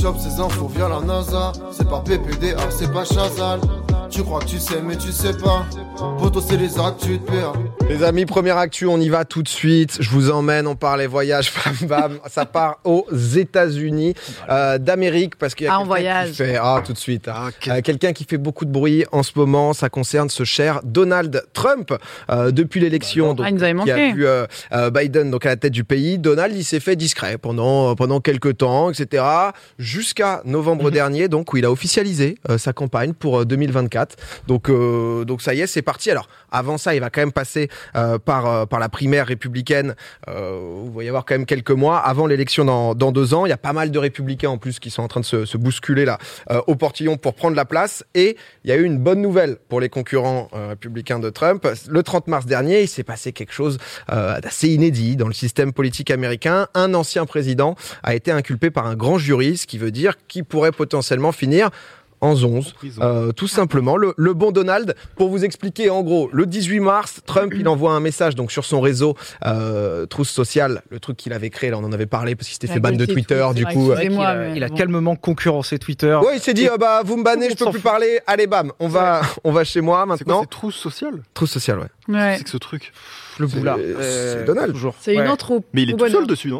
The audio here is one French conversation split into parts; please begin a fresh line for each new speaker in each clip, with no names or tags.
chope ces infos via la NASA. C'est pas PPDA, c'est pas Chazal. Tu crois que tu sais mais tu sais pas. Poto c'est les actus de PA.
Les amis, première actu, on y va tout de suite. Je vous emmène, on part les voyages, bam bam. Ça part aux États-Unis d'Amérique parce qu'il y a
en voyage.
Qui fait tout de suite. Quelqu'un qui fait beaucoup de bruit en ce moment. Ça concerne ce cher Donald Trump. Depuis l'élection, donc,
il nous avait
qui a
manqué.
vu Biden donc à la tête du pays. Donald, il s'est fait discret pendant quelques temps, etc. Jusqu'à novembre dernier, donc où il a officialisé sa campagne pour 2024. Donc ça y est, c'est parti. Alors avant ça, il va quand même passer par la primaire républicaine. Il va y avoir quand même quelques mois avant l'élection dans 2 ans. Il y a pas mal de républicains en plus qui sont en train de se bousculer là au portillon pour prendre la place. Et il y a eu une bonne nouvelle pour les concurrents républicains de Trump. Le 30 mars dernier, il s'est passé quelque chose d'assez inédit dans le système politique américain. Un ancien président a été inculpé par un grand jury, ce qui veut dire qu'il pourrait potentiellement finir en 11, tout simplement. Le bon Donald, pour vous expliquer en gros, le 18 mars, Trump, il envoie un message donc sur son réseau Truth Social, le truc qu'il avait créé, là on en avait parlé parce qu'il s'était fait ban de Twitter, du coup.
Il a calmement concurrencé Twitter.
Ouais, il s'est dit, vous me bannez, je peux plus parler, allez bam, on va chez moi maintenant.
C'est Truth Social ?
Truth Social, ouais.
C'est que ce truc.
Le boulard.
C'est Donald.
Toujours.
C'est une intro.
Mais il est tout seul dessus, non ?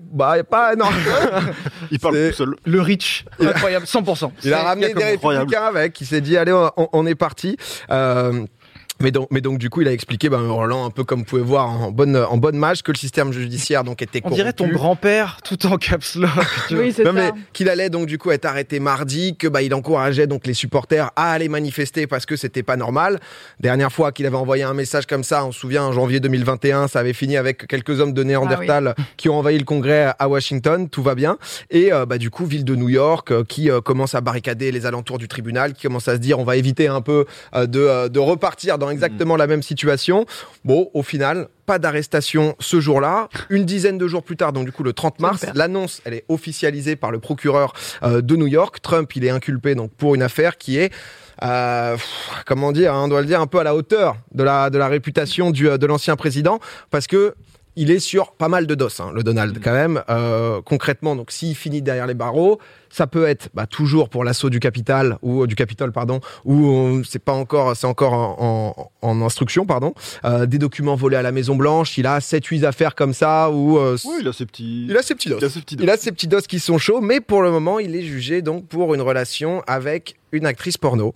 Non.
Il parle tout seul.
Le Rich. Incroyable, 100%.
Il a ramené des républicains avec, il s'est dit, allez, on est parti. Mais donc du coup il a expliqué Roland, un peu comme vous pouvez voir en bonne mage, que le système judiciaire donc était corrompu.
On dirait ton grand-père tout en caps lock.
Oui, c'est ça.
Mais qu'il allait donc du coup être arrêté mardi, que il encourageait donc les supporters à aller manifester parce que c'était pas normal. Dernière fois qu'il avait envoyé un message comme ça, on se souvient en janvier 2021, ça avait fini avec quelques hommes de Néandertal qui ont envahi le Congrès à Washington, tout va bien. Et du coup ville de New York qui commence à barricader les alentours du tribunal, qui commence à se dire on va éviter un peu de repartir dans exactement la même situation. Bon, au final, pas d'arrestation ce jour-là. Une dizaine de jours plus tard, donc du coup le 30 mars, l'annonce, elle est officialisée par le procureur de New York. Trump, il est inculpé donc pour une affaire qui est comment dire, on doit le dire, un peu à la hauteur de la réputation de l'ancien président, parce que il est sur pas mal de dos, le Donald, quand même. Concrètement, donc s'il finit derrière les barreaux, ça peut être toujours pour l'assaut du Capitole, ou c'est encore en instruction, des documents volés à la Maison Blanche. Il a 7-8 affaires comme ça où
il a ses petits
dos qui sont chauds, mais pour le moment, il est jugé donc pour une relation avec une actrice porno.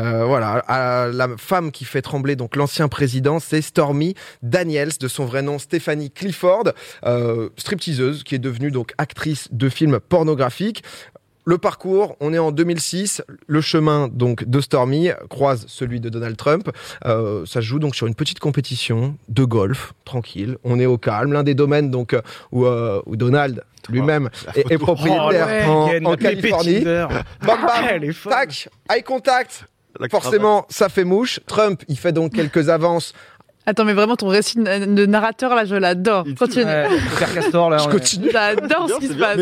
La femme qui fait trembler donc l'ancien président, c'est Stormy Daniels, de son vrai nom Stephanie Clifford, stripteaseuse qui est devenue donc actrice de films pornographiques. Le parcours, on est en 2006, le chemin donc de Stormy croise celui de Donald Trump. Ça se joue donc sur une petite compétition de golf, tranquille. On est au calme, l'un des domaines donc où Donald lui-même est propriétaire en Californie. Bam, bam, tac, eye contact. Forcément, ça fait mouche. Trump, il fait donc quelques avances.
Attends, mais vraiment, ton récit de narrateur, là, je l'adore. Continue.
Père Castor, là.
Je continue.
J'adore ce qui se passe.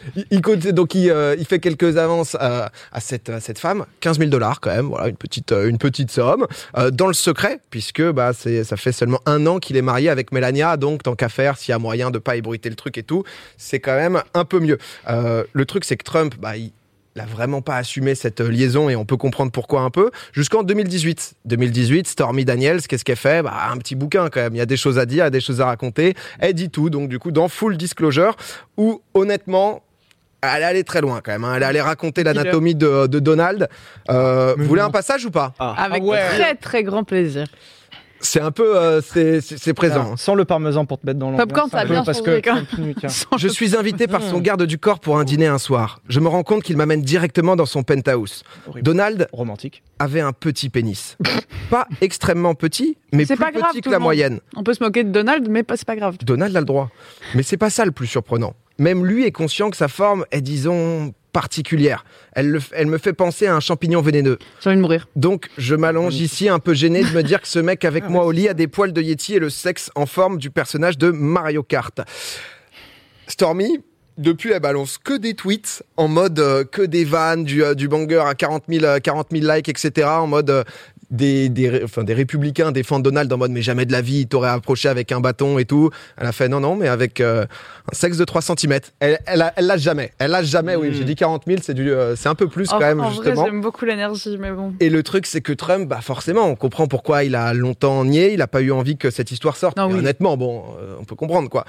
Il fait quelques avances à cette femme. $15,000 quand même. Voilà, une petite somme. Dans le secret, puisque ça fait seulement 1 an qu'il est marié avec Melania. Donc, tant qu'à faire, s'il y a moyen de pas ébruiter le truc et tout, c'est quand même un peu mieux. Le truc, c'est que Trump, il n'a vraiment pas assumé cette liaison et on peut comprendre pourquoi un peu. Jusqu'en 2018. 2018, Stormy Daniels, qu'est-ce qu'elle fait ? Un petit bouquin quand même. Il y a des choses à dire, il y a des choses à raconter. Elle dit tout. Donc du coup, dans Full Disclosure, où honnêtement, elle est allée très loin quand même. Elle est allée raconter l'anatomie de Donald. Vous voulez un passage ou pas ?
Avec très très grand plaisir.
C'est un peu, c'est présent.
Sans le parmesan pour te mettre dans l'ambiance.
Popcorn, ça a bien changé quand même.
Je suis invité par son garde du corps pour un dîner un soir. Je me rends compte qu'il m'amène directement dans son penthouse.
Horrible.
Donald
romantique
avait un petit pénis. Pas extrêmement petit, mais plus petit que la moyenne.
On peut se moquer de Donald, mais c'est pas grave.
Donald a le droit. Mais c'est pas ça le plus surprenant. Même lui est conscient que sa forme est, disons, particulière. Elle me fait penser à un champignon vénéneux.
J'ai envie de mourir.
Donc, je m'allonge ici un peu gêné de me dire que ce mec avec moi au lit a des poils de Yeti et le sexe en forme du personnage de Mario Kart. Stormy, depuis, elle balance que des tweets en mode que des vannes, du banger à 40 000 likes, etc. En mode des républicains défendent Donald en mode mais jamais de la vie, il t'aurait approché avec un bâton et tout. Elle a fait non, mais avec un sexe de 3 cm. Elle lâche jamais. Elle lâche jamais, oui. J'ai dit 40 000, c'est un peu plus quand même, justement.
En vrai, j'aime beaucoup l'énergie, mais bon.
Et le truc, c'est que Trump, bah forcément, on comprend pourquoi il a longtemps nié, il n'a pas eu envie que cette histoire sorte.
Non, oui.
Honnêtement, bon, on peut comprendre, quoi.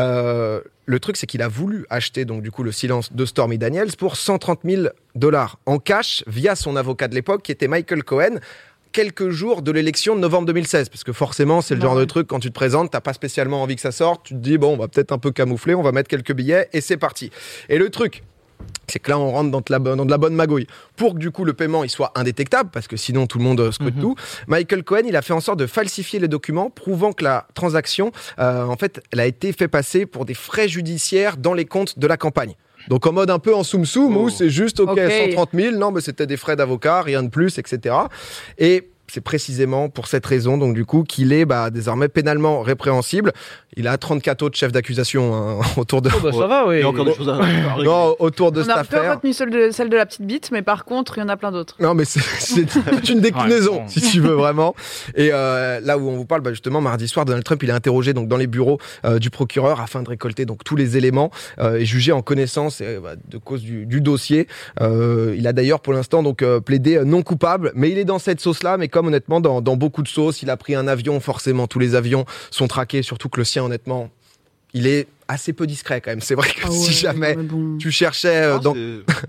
Le truc, c'est qu'il a voulu acheter donc du coup le silence de Stormy Daniels pour $130 000 en cash via son avocat de l'époque, qui était Michael Cohen, quelques jours de l'élection de novembre 2016. Parce que forcément, c'est le genre de truc, quand tu te présentes, t'as pas spécialement envie que ça sorte, tu te dis, bon, on va peut-être un peu camoufler, on va mettre quelques billets, et c'est parti. Et le truc, c'est que là, on rentre dans de la bonne magouille. Pour que du coup, le paiement il soit indétectable, parce que sinon, tout le monde scrute tout, Michael Cohen, il a fait en sorte de falsifier les documents, prouvant que la transaction, en fait, elle a été fait passer pour des frais judiciaires dans les comptes de la campagne. Donc en mode un peu en soum-soum, où c'est juste, ok, 130 000, non, mais c'était des frais d'avocat, rien de plus, etc. Et c'est précisément pour cette raison, donc du coup, qu'il est désormais pénalement répréhensible. Il a 34 autres chefs d'accusation autour de...
ça va, oui.
Il y a encore des choses à régler.
Non, autour de cette
On a peu
affaire.
retenu celle de la petite bite, mais par contre, il y en a plein d'autres.
Non, mais c'est toute une déclinaison, si tu veux, vraiment. Et là où on vous parle, justement, mardi soir, Donald Trump, il est interrogé donc, dans les bureaux du procureur afin de récolter donc, tous les éléments et juger en connaissance de cause du dossier. Il a d'ailleurs, pour l'instant, donc plaidé non coupable, mais il est dans cette sauce-là, mais comme honnêtement, dans beaucoup de sauces, il a pris un avion, forcément, tous les avions sont traqués, surtout que le sien, honnêtement, il est assez peu discret quand même. C'est vrai que si jamais tu cherchais dans...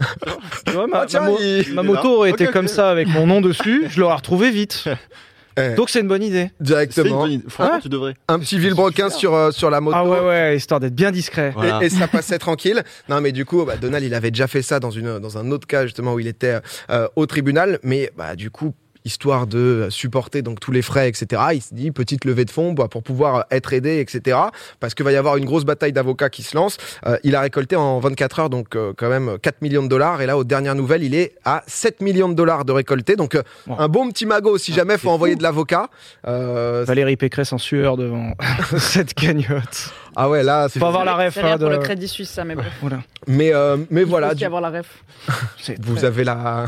Tu vois, ma moto aurait été comme ça avec mon nom dessus, je l'aurais retrouvé vite. Donc c'est une bonne idée.
Directement.
C'est une bonne idée. Franchement, tu devrais.
Un petit vilebrequin sur la moto.
Ah ouais, histoire d'être bien discret.
Voilà.
Et ça passait tranquille. Non, mais du coup, Donald, il avait déjà fait ça dans un autre cas, justement, où il était au tribunal. Mais du coup, histoire de supporter donc tous les frais, etc. Il se dit petite levée de fonds pour pouvoir être aidé, etc. Parce qu'il va y avoir une grosse bataille d'avocats qui se lance. Il a récolté en 24 heures donc quand même $4 millions. Et là, aux dernières nouvelles, il est à $7 millions de récolté. Donc un bon petit magot si jamais faut envoyer de l'avocat.
Valérie Pécresse en sueur devant cette cagnotte.
Ah ouais, là,
faut avoir la ref.
C'est rien pour le Crédit Suisse, ça, mais bref.
Voilà.
Mais voilà.
Il faut aussi avoir la ref.
Vous avez la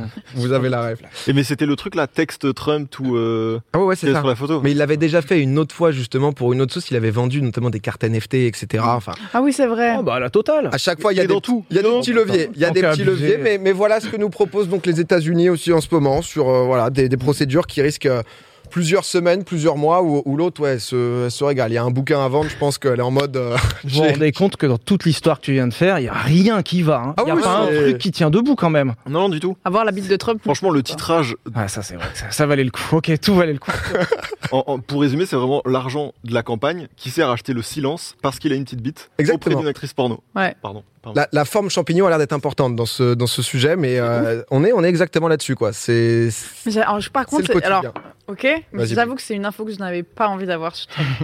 ref.
Et mais c'était le truc là, texte Trump ou
Ah ouais, c'est ça.
sur la photo.
Mais il l'avait déjà fait une autre fois justement pour une autre sauce. Il avait vendu notamment des cartes NFT, etc. Enfin,
Ah oui, c'est vrai.
La totale.
à chaque fois, il y a des
tout.
Il y a des petits leviers. Il y a des petits leviers, mais voilà ce que nous proposent donc les États-Unis aussi en ce moment sur des procédures qui risquent plusieurs semaines, plusieurs mois, où l'autre se régale. Il y a un bouquin à vendre, je pense qu'elle est en mode...
Vous vous rendez compte que dans toute l'histoire que tu viens de faire, il n'y a rien qui va. Hein.
Ah
Il n'y a
oui,
pas un truc qui tient debout quand même.
Non, du tout.
Avoir la bite de Trump.
Franchement, le titrage,
Ah, ça c'est vrai, ça valait le coup. Ok, tout valait le coup.
pour résumer, c'est vraiment l'argent de la campagne qui sert à acheter le silence parce qu'il a une petite bite
Exactement.
auprès d'une actrice porno.
Ouais.
Pardon.
La forme champignon a l'air d'être importante dans ce sujet, mais on est exactement là-dessus, quoi.
Par contre,
le quotidien.
ok, mais
Vas-y,
j'avoue que c'est une info que je n'avais pas envie d'avoir.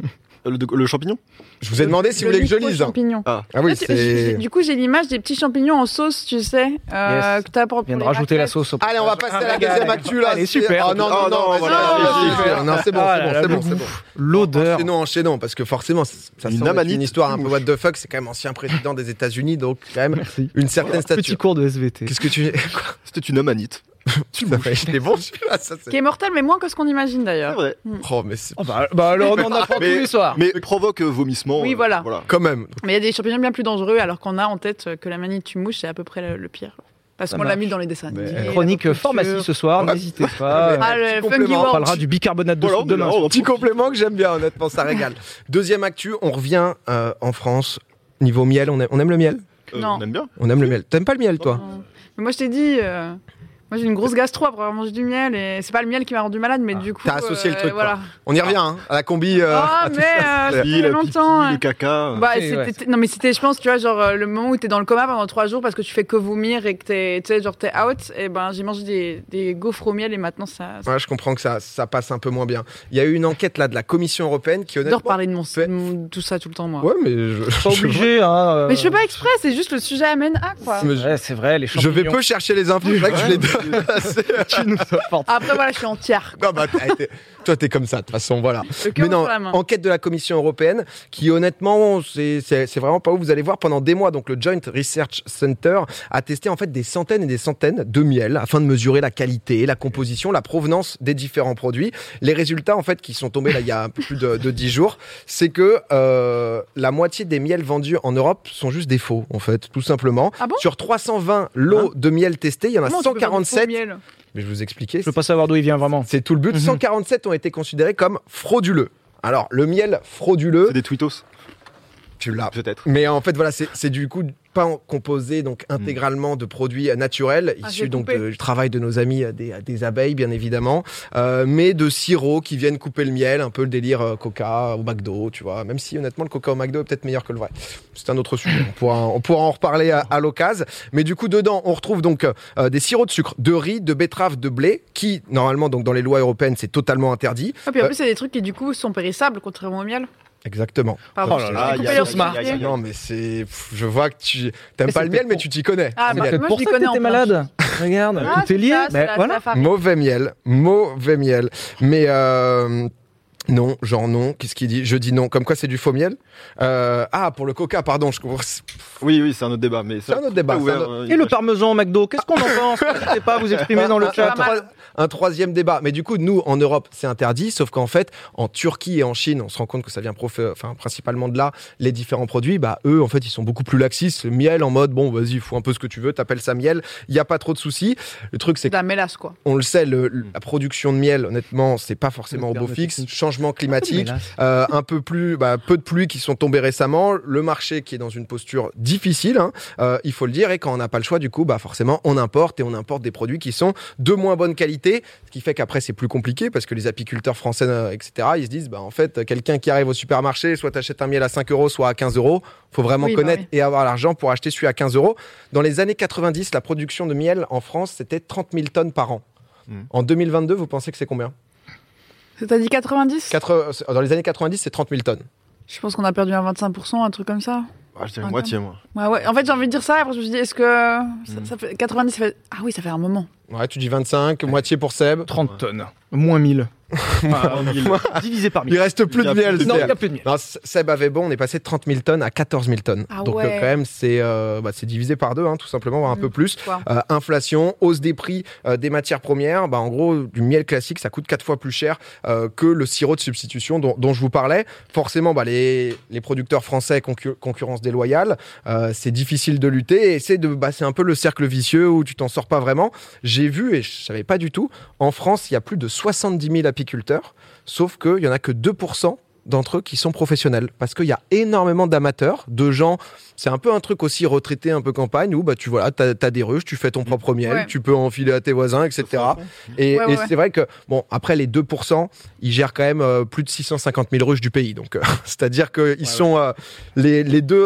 Le champignon.
Je vous ai demandé si vous voulez que je lise.
Champignons.
Ah oui, c'est...
Du coup, j'ai l'image des petits champignons en sauce, tu sais, que t'as pour
On vient de
les
rajouter la
raclettes.
sauce au
Allez, on va passer à la deuxième actu, là.
Allez, super.
Oh non,
Oh,
vas-y,
voilà,
non, c'est bon, c'est bon.
L'odeur.
Enchaînons, parce que forcément, ça
Une
semble être
amanite
une histoire un peu
mouche.
what the fuck. C'est quand même ancien président des États-Unis, donc quand même
Merci.
une certaine
Petit
stature.
cours de SVT.
Qu'est-ce que tu... Quoi
C'était une amanite.
Tout à fait. C'était bon, celui-là, ça, c'est...
Qui est mortel, mais moins que ce qu'on imagine
C'est
d'ailleurs.
vrai.
Oh, mais c'est...
Alors on en apprend tous les soirs.
Mais provoque vomissement.
Oui, voilà.
Quand même.
Mais il y a des champignons bien plus dangereux, alors qu'on a en tête que la manite tue mouche, c'est à peu près le pire. Parce
Ça
qu'on l'a
marche.
mis dans les dessins animés. la
Chronique
pop
pharmacie
culture.
ce soir,
Ouais.
n'hésitez pas.
Ah, le
Petit
Funky
complément.
On
World.
parlera du bicarbonate de
Voilà,
soude demain.
on
Petit complément que j'aime bien, honnêtement, ça régale. Deuxième actu, on revient en France. Niveau miel, on aime le miel.
Non.
On aime bien.
On aime le miel. T'aimes pas le miel, toi?
Mais moi, je t'ai dit, moi j'ai une grosse gastro après avoir mangé du miel, et c'est pas le miel qui m'a rendu malade, mais du coup.
T'as associé le truc, quoi.
voilà.
On y revient, hein, à la combi.
Ah, mais ça
Oui,
fait
la
longtemps.
pipi, le caca.
Bah,
Ouais.
non, mais c'était, je pense, tu vois, genre le moment où t'es dans le coma pendant 3 jours parce que tu fais que vomir et que t'es out, et ben j'ai mangé des gaufres au miel et maintenant ça.
Ouais, je comprends que ça passe un peu moins bien. Il y a eu une enquête là de la Commission européenne qui
J'adore
honnêtement...
parler de
fait-
tout ça tout le temps, moi.
Ouais, mais je...
Pas obligé, hein.
Mais je fais pas exprès, c'est juste le sujet amène à quoi.
Mais
Ouais, c'est vrai, les
je
champignons.
vais peu chercher les infos, c'est vrai que je les donne.
Tu nous apportes.
Après, voilà, je suis entière.
Non, bah, toi, t'es comme ça, de toute façon, voilà. Mais non, enquête de la Commission européenne, qui honnêtement, c'est vraiment pas où vous allez voir pendant des mois. Donc, le Joint Research Center a testé en fait des centaines et des centaines de miels afin de mesurer la qualité, la composition, la provenance des différents produits. Les résultats, en fait, qui sont tombés là il y a un peu plus de 10 jours, c'est que la moitié des miels vendus en Europe sont juste des faux, en fait, tout simplement.
Ah bon ?
Sur 320 lots de miel testés, il y en a 147. Mais je vais vous expliquer.
Je veux pas savoir d'où il vient vraiment.
C'est tout le but. 147 ont été considérés comme frauduleux. Alors, le miel frauduleux...
C'est des tweetos.
Tu l'as.
Peut-être.
Mais en fait, voilà, c'est du coup pas composé donc intégralement de produits naturels, issus donc du travail de nos amis des abeilles, bien évidemment, mais de sirops qui viennent couper le miel, un peu le délire Coca au McDo, tu vois. Même si honnêtement, le Coca au McDo est peut-être meilleur que le vrai. C'est un autre sujet. On pourra en reparler à l'occasion. Mais du coup, dedans, on retrouve donc des sirops de sucre, de riz, de betterave, de blé, qui normalement donc dans les lois européennes, c'est totalement interdit.
Et puis en plus, c'est des trucs qui du coup sont périssables, contrairement au miel.
Exactement.
Pardon,
non, mais c'est. Je vois que tu t'aimes pas le miel, mais tu t'y connais.
Ah, bah,
c'est pour ça que t'étais malade. Regarde, tout est lié.
Voilà.
Mauvais miel. Mais non, genre non. Qu'est-ce qu'il dit ? Je dis non. Comme quoi, c'est du faux miel. Pour le Coca, pardon.
Oui, c'est un autre débat. Mais
c'est un autre débat.
Et le parmesan au McDo, qu'est-ce qu'on en pense ? N'hésitez pas à vous exprimer dans le chat.
Un troisième débat. Mais du coup, nous, en Europe, c'est interdit. Sauf qu'en fait, en Turquie et en Chine, on se rend compte que ça vient principalement de là, les différents produits. Bah, eux, en fait, ils sont beaucoup plus laxistes. Le miel, en mode, bon, vas-y, fous un peu ce que tu veux, t'appelles ça miel. Il n'y a pas trop de soucis. Le truc, c'est
de la mélasse, quoi.
On le sait, la production de miel, honnêtement, c'est pas forcément au beau fixe. Changement climatique, un peu plus, peu de pluies qui sont tombées récemment. Le marché qui est dans une posture difficile, il faut le dire. Et quand on n'a pas le choix, du coup, forcément, on importe des produits qui sont de moins bonne qualité. Ce qui fait qu'après, c'est plus compliqué parce que les apiculteurs français, etc., ils se disent, en fait, quelqu'un qui arrive au supermarché, soit t'achètes un miel à 5 €, soit à 15 €. Faut vraiment connaître et avoir l'argent pour acheter celui à 15 €. Dans les années 90, la production de miel en France, c'était 30 000 tonnes par an. En 2022, vous pensez que c'est combien ?
T'as dit 90 ?
Dans les années 90, c'est 30 000 tonnes.
Je pense qu'on a perdu un 25%, un truc comme ça.
Je dirais moitié, moi.
Ouais. En fait, j'ai envie de dire ça. Après, je me suis dit, est-ce que ça fait 90, ça fait... Ah oui, ça fait un moment.
Ouais, tu dis 25, moitié pour Seb.
30 tonnes. Moins 1000. Divisé par 1000.
Il reste plus de miel.
Non, il n'y a plus de miel.
Non, Seb avait bon, on est passé de 30 000 tonnes à 14 000 tonnes.
Ah
donc
ouais.
quand même, c'est divisé par deux, tout simplement, voire un peu plus. Inflation, hausse des prix des matières premières. En gros, du miel classique, ça coûte 4 fois plus cher que le sirop de substitution dont je vous parlais. Forcément, les producteurs français, concurrence déloyale, c'est difficile de lutter. Et c'est un peu le cercle vicieux où tu t'en sors pas vraiment. J'ai vu, et je savais pas du tout, en France, il y a plus de 70 000 apiculteurs, sauf qu'il y en a que 2% d'entre eux qui sont professionnels, parce qu'il y a énormément d'amateurs, de gens, c'est un peu un truc aussi retraité, un peu campagne, où t'as des ruches, tu fais ton propre miel, tu peux enfiler à tes voisins, etc. Et c'est vrai que, après les 2%, ils gèrent quand même plus de 650 000 ruches du pays, donc c'est-à-dire qu'ils sont, les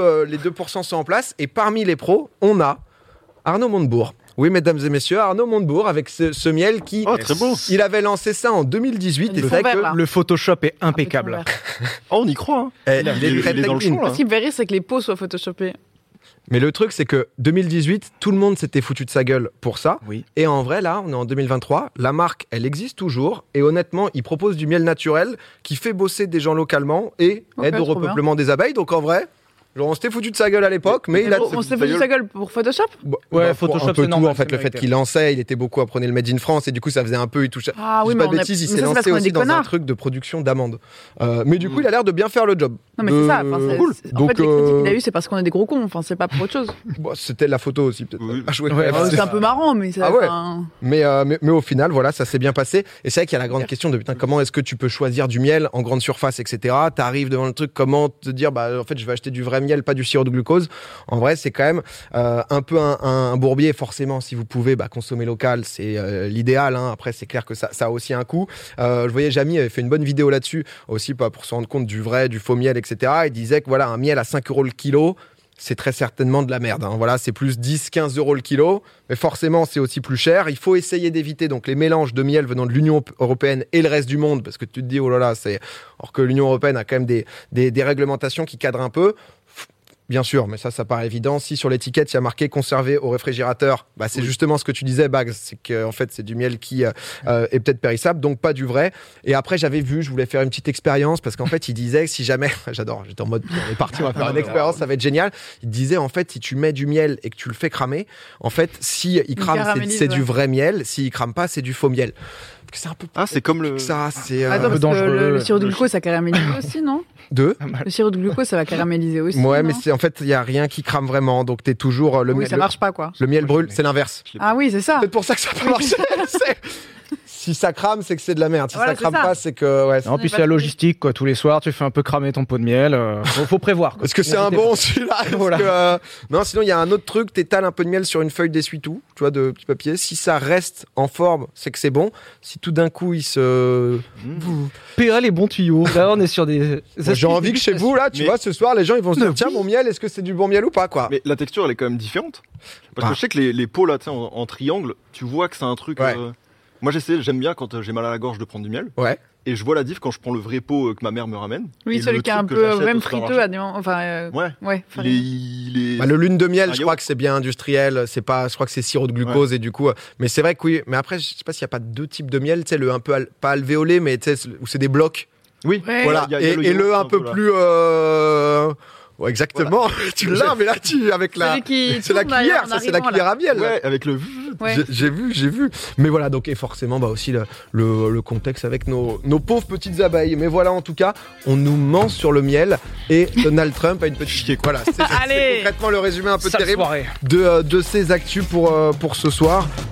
2% sont en place, et parmi les pros, on a Arnaud Montebourg. Oui, mesdames et messieurs, Arnaud Montebourg avec ce miel qui...
Oh, très beau.
Il avait lancé ça en 2018. Et c'est vrai que
le Photoshop est impeccable.
On y croit.
Il est dans le champ,
Ce qui me fait rire, c'est que les pots soient photoshopés.
Mais le truc, c'est que 2018, tout le monde s'était foutu de sa gueule pour ça.
Oui.
Et en vrai, là, on est en 2023. La marque, elle existe toujours. Et honnêtement, il propose du miel naturel qui fait bosser des gens localement et aide au repeuplement des abeilles. Donc en vrai... on s'était foutu de sa gueule à l'époque, mais
on s'était foutu de sa gueule pour Photoshop.
Photoshop,
c'est
normal.
En fait, le fait qu'il lançait, il était beaucoup à prôner le Made in France et du coup, ça faisait un peu, il touchait.
Ah oui,
mais pas de bêtises, il s'est lancé aussi dans un truc de production d'amandes. Mais du coup, il a l'air de bien faire le job.
Non, mais c'est ça.
Cool.
En fait, les critiques qu'il a eu, c'est parce qu'on est des gros cons. Enfin, c'est pas pour autre chose.
C'était la photo aussi, peut-être.
C'est un peu marrant, mais ça.
Mais au final, voilà, ça s'est bien passé. Et c'est vrai qu'il y a la grande question de comment est-ce que tu peux choisir du miel en grande surface, etc. T'arrives devant le truc, comment te dire, en fait, je vais acheter du vrai miel, pas du sirop de glucose. En vrai, c'est quand même un peu un bourbier. Forcément, si vous pouvez consommer local, c'est l'idéal. Après, c'est clair que ça a aussi un coût. Je voyais Jamy avait fait une bonne vidéo là-dessus aussi, pour se rendre compte du vrai, du faux miel, etc. Il disait que voilà, un miel à 5 € le kilo, c'est très certainement de la merde. Voilà, c'est plus 10-15 € le kilo, mais forcément, c'est aussi plus cher. Il faut essayer d'éviter donc les mélanges de miel venant de l'Union européenne et le reste du monde, parce que tu te dis, oh là là, alors que l'Union européenne a quand même des réglementations qui cadrent un peu. bien sûr, mais ça paraît évident. Si sur l'étiquette il y a marqué conservé au réfrigérateur, c'est justement ce que tu disais, Bags, c'est qu'en fait c'est du miel qui est peut-être périssable, donc pas du vrai. Et après je voulais faire une petite expérience parce qu'en fait il disait que si jamais, j'adore, j'étais en mode on est parti, on va faire une expérience, ça va être génial. Il disait en fait si tu mets du miel et que tu le fais cramer, en fait si il crame c'est du vrai miel, s'il crame pas c'est du faux miel. C'est un peu
c'est comme le
c'est
un peu dangereux. Le sirop de glucose ça caramélise aussi, non?
Le
sirop de glucose ça va caraméliser aussi.
Ouais, mais en fait il y a rien qui crame vraiment, donc t'es toujours le miel.
Ça marche pas quoi.
Le miel brûle, c'est l'inverse.
Ah oui, c'est ça.
C'est pour ça que ça peut marcher. Si ça crame, c'est que c'est de la merde. Si ça crame pas, c'est que
non, puis c'est la logistique quoi. Tous les soirs, tu fais un peu cramer ton pot de miel. Faut prévoir.
Est-ce que c'est un bon celui-là? Voilà. Non, sinon il y a un autre truc. T'étales un peu de miel sur une feuille d'essuie-tout, tu vois, de petit papier. Si ça reste en forme, c'est que c'est bon. Si tout d'un coup il se
PA les bons tuyaux. Là, on est sur des.
J'ai envie que chez vous là, tu vois, ce soir, les gens ils vont se dire tiens mon miel, est-ce que c'est du bon miel ou pas quoi?
Mais la texture elle est quand même différente. Parce que je sais que les pots là, tu sais, en triangle, tu vois que c'est un truc. Moi j'aime bien quand j'ai mal à la gorge de prendre du miel.
Ouais.
Et je vois la diff quand je prends le vrai pot que ma mère me ramène.
Oui, celui qui est un peu même friteux.
Le lune de miel, je crois que c'est bien industriel. C'est pas, je crois que c'est sirop de glucose et du coup. Mais c'est vrai que oui. Mais après, je sais pas s'il y a pas deux types de miel. Tu sais, le un peu pas alvéolé, mais tu sais où c'est des blocs.
Oui.
Ouais.
Voilà. Et le un peu plus. Ouais, exactement. Voilà. Tu l'as, mais là, avec la. C'est la cuillère, ça, c'est la cuillère à miel.
Ouais, avec le.
Ouais. J'ai vu. Mais voilà, donc, et forcément, aussi le contexte avec nos pauvres petites abeilles. Mais voilà, en tout cas, on nous ment sur le miel et Donald Trump a une petite. Voilà, c'est concrètement le résumé un peu terrible de ces actus pour ce soir.